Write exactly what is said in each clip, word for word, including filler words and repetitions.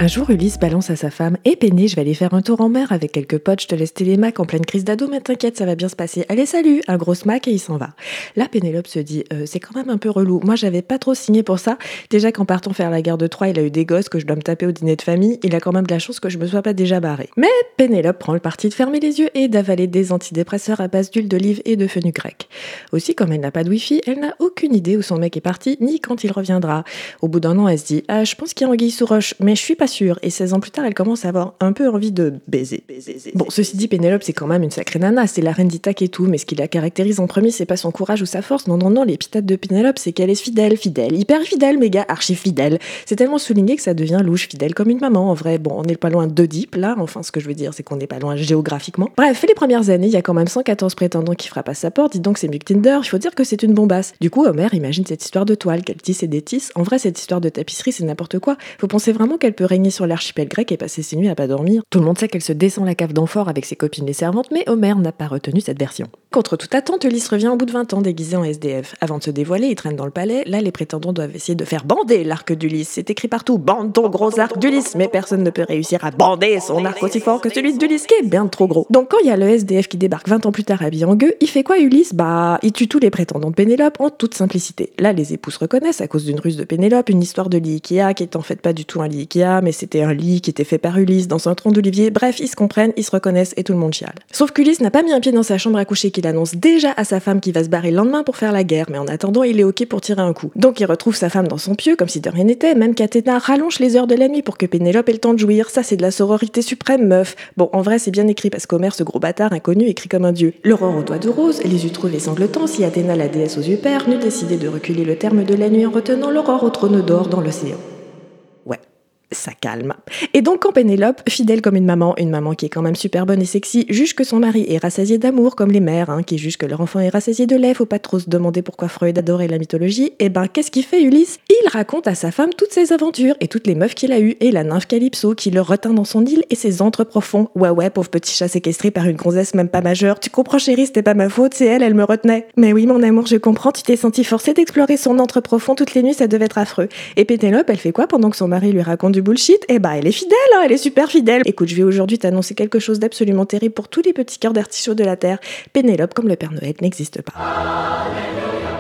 Un jour, Ulysse balance à sa femme « Eh Péné, je vais aller faire un tour en mer avec quelques potes, je te laisse télémac en pleine crise d'ado, mais t'inquiète, ça va bien se passer. Allez, salut !» Un gros smack et il s'en va. Là, Pénélope se dit euh, « C'est quand même un peu relou. Moi, j'avais pas trop signé pour ça. Déjà qu'en partant faire la guerre de Troie, il a eu des gosses que je dois me taper au dîner de famille. Il a quand même de la chance que je me sois pas déjà barré. » Mais Pénélope prend le parti de fermer les yeux et d'avaler des antidépresseurs à base d'huile d'olive et de fenugrec grec. Aussi, comme elle n'a pas de wifi, elle n'a aucune idée où son mec est parti, ni quand il reviendra. Au bout d'un an, elle se dit « Ah, je pense qu'il y a anguille sous roche, mais je suis pas sûre. » Et seize ans plus tard, elle commence à avoir un peu envie de baiser. Bon, ceci dit, Pénélope, c'est quand même une sacrée nana, c'est la reine d'Ithaque et tout, mais ce qui la caractérise en premier, c'est pas son courage ou sa force, non, non, non, l'épithète de Pénélope, c'est qu'elle est fidèle, fidèle, hyper fidèle, méga archi fidèle. C'est tellement souligné que ça devient louche, fidèle comme une maman, en vrai. Bon, on n'est pas loin d'Oedipe, là, enfin, ce que je veux dire, c'est qu'on n'est pas loin géographiquement. Bref, les premières années, il y a quand même cent quatorze prétendants qui frappent à sa porte, dis donc c'est mieux que Tinder, il faut dire que c'est une bombasse. Du coup, Homer imagine cette histoire de toile, qu'elle tisse et détisse. En vrai, cette histoire de tapisserie, c'est n'importe quoi. Faut penser vraiment qu'elle peut régner sur l'archipel grec et passer ses nuits à pas dormir. Tout le monde sait qu'elle se descend la cave d'amphore avec ses copines les servantes, mais Homer n'a pas retenu cette version. Contre toute attente, Ulysse revient au bout de vingt ans déguisé en S D F. Avant de se dévoiler, il traîne dans le palais. Là, les prétendants doivent essayer de faire bander l'arc d'Ulysse. C'est écrit partout, bande ton gros arc d'Ulysse, mais personne ne peut réussir à bander son arc aussi fort que celui d'Ulysse, qui est bien trop gros. Donc quand il y a le S D F qui débarque vingt ans plus tard habillé en gueux, il fait quoi Ulysse? Bah, il tue tous les prétendants de Pénélope en toute simplicité. Là, les époux se reconnaissent à cause d'une ruse de Pénélope, une histoire de lit Ikea qui est en fait pas du tout un lit Ikea, mais c'était un lit qui était fait par Ulysse dans un tronc d'olivier. Bref, ils se comprennent, ils se reconnaissent et tout le monde chiale. Sauf qu'Ulysse n'a pas mis un pied dans sa chambre à coucher qu'il annonce déjà à sa femme qu'il va se barrer le lendemain pour faire la guerre, mais en attendant, il est ok pour tirer un coup. Donc il retrouve sa femme dans son pieu comme si de rien n'était, même qu'Athéna rallonge les heures de la nuit pour que Pénélope ait le temps de jouir. Ça, c'est de la sororité suprême, meuf. Bon, en vrai, c'est bien écrit parce qu'Homer, ce gros bâtard inconnu, écrit comme un dieu. L'aurore aux doigts de rose, les yeux trouvés sanglotants, si Athéna, la déesse aux yeux pères, n'eût décidé de reculer le terme de la nuit en retenant l'aurore au trône d'or dans l'océan. Ouais. Ça calme. Et donc quand Pénélope, fidèle comme une maman, une maman qui est quand même super bonne et sexy, juge que son mari est rassasié d'amour comme les mères, hein, qui jugent que leur enfant est rassasié de lait, faut pas trop se demander pourquoi Freud adorait la mythologie, et ben qu'est-ce qu'il fait Ulysse? Il raconte à sa femme toutes ses aventures et toutes les meufs qu'il a eues, et la nymphe Calypso qui le retint dans son île et ses antres profonds. Ouais ouais, pauvre petit chat séquestré par une gonzesse même pas majeure, tu comprends chérie, c'était pas ma faute, c'est elle, elle me retenait. Mais oui mon amour, je comprends, tu t'es senti forcé d'explorer son antre profond toutes les nuits, ça devait être affreux. Et Pénélope, elle fait quoi pendant que son mari lui raconte du bullshit? Eh bah elle est fidèle, hein, elle est super fidèle. Écoute, je vais aujourd'hui t'annoncer quelque chose d'absolument terrible pour tous les petits cœurs d'artichauts de la terre. Pénélope, comme le Père Noël, n'existe pas. Alléluia,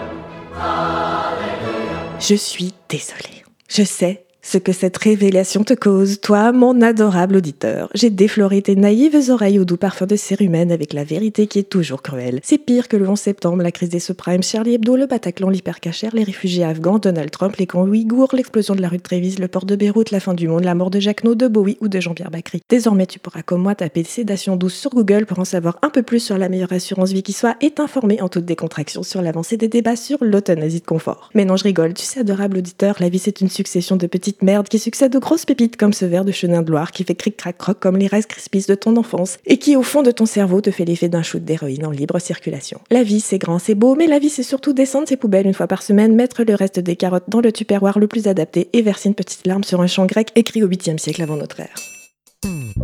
Alléluia. Je suis désolée. Je sais ce que cette révélation te cause, toi, mon adorable auditeur. J'ai défloré tes naïves oreilles au doux parfum de cérumen avec la vérité qui est toujours cruelle. C'est pire que le onze septembre, la crise des subprimes, Charlie Hebdo, le Bataclan, l'hypercachère, les réfugiés afghans, Donald Trump, les camps ouïghours, l'explosion de la rue de Trévise, le port de Beyrouth, la fin du monde, la mort de Jacquenot, de Bowie ou de Jean-Pierre Bacry. Désormais, tu pourras comme moi taper sédation douce sur Google pour en savoir un peu plus sur la meilleure assurance vie qui soit et t'informer en toute décontraction sur l'avancée des débats sur l'euthanasie de confort. Mais non, je rigole, tu sais, adorable auditeur, la vie c'est une succession de petites merde qui succède aux grosses pépites comme ce verre de Chenin de Loire qui fait cric-crac-croc comme les Rice Krispies de ton enfance et qui au fond de ton cerveau te fait l'effet d'un shoot d'héroïne en libre circulation. La vie c'est grand, c'est beau, mais la vie c'est surtout descendre ses poubelles une fois par semaine, mettre le reste des carottes dans le tupperware le plus adapté et verser une petite larme sur un chant grec écrit au huitième siècle avant notre ère.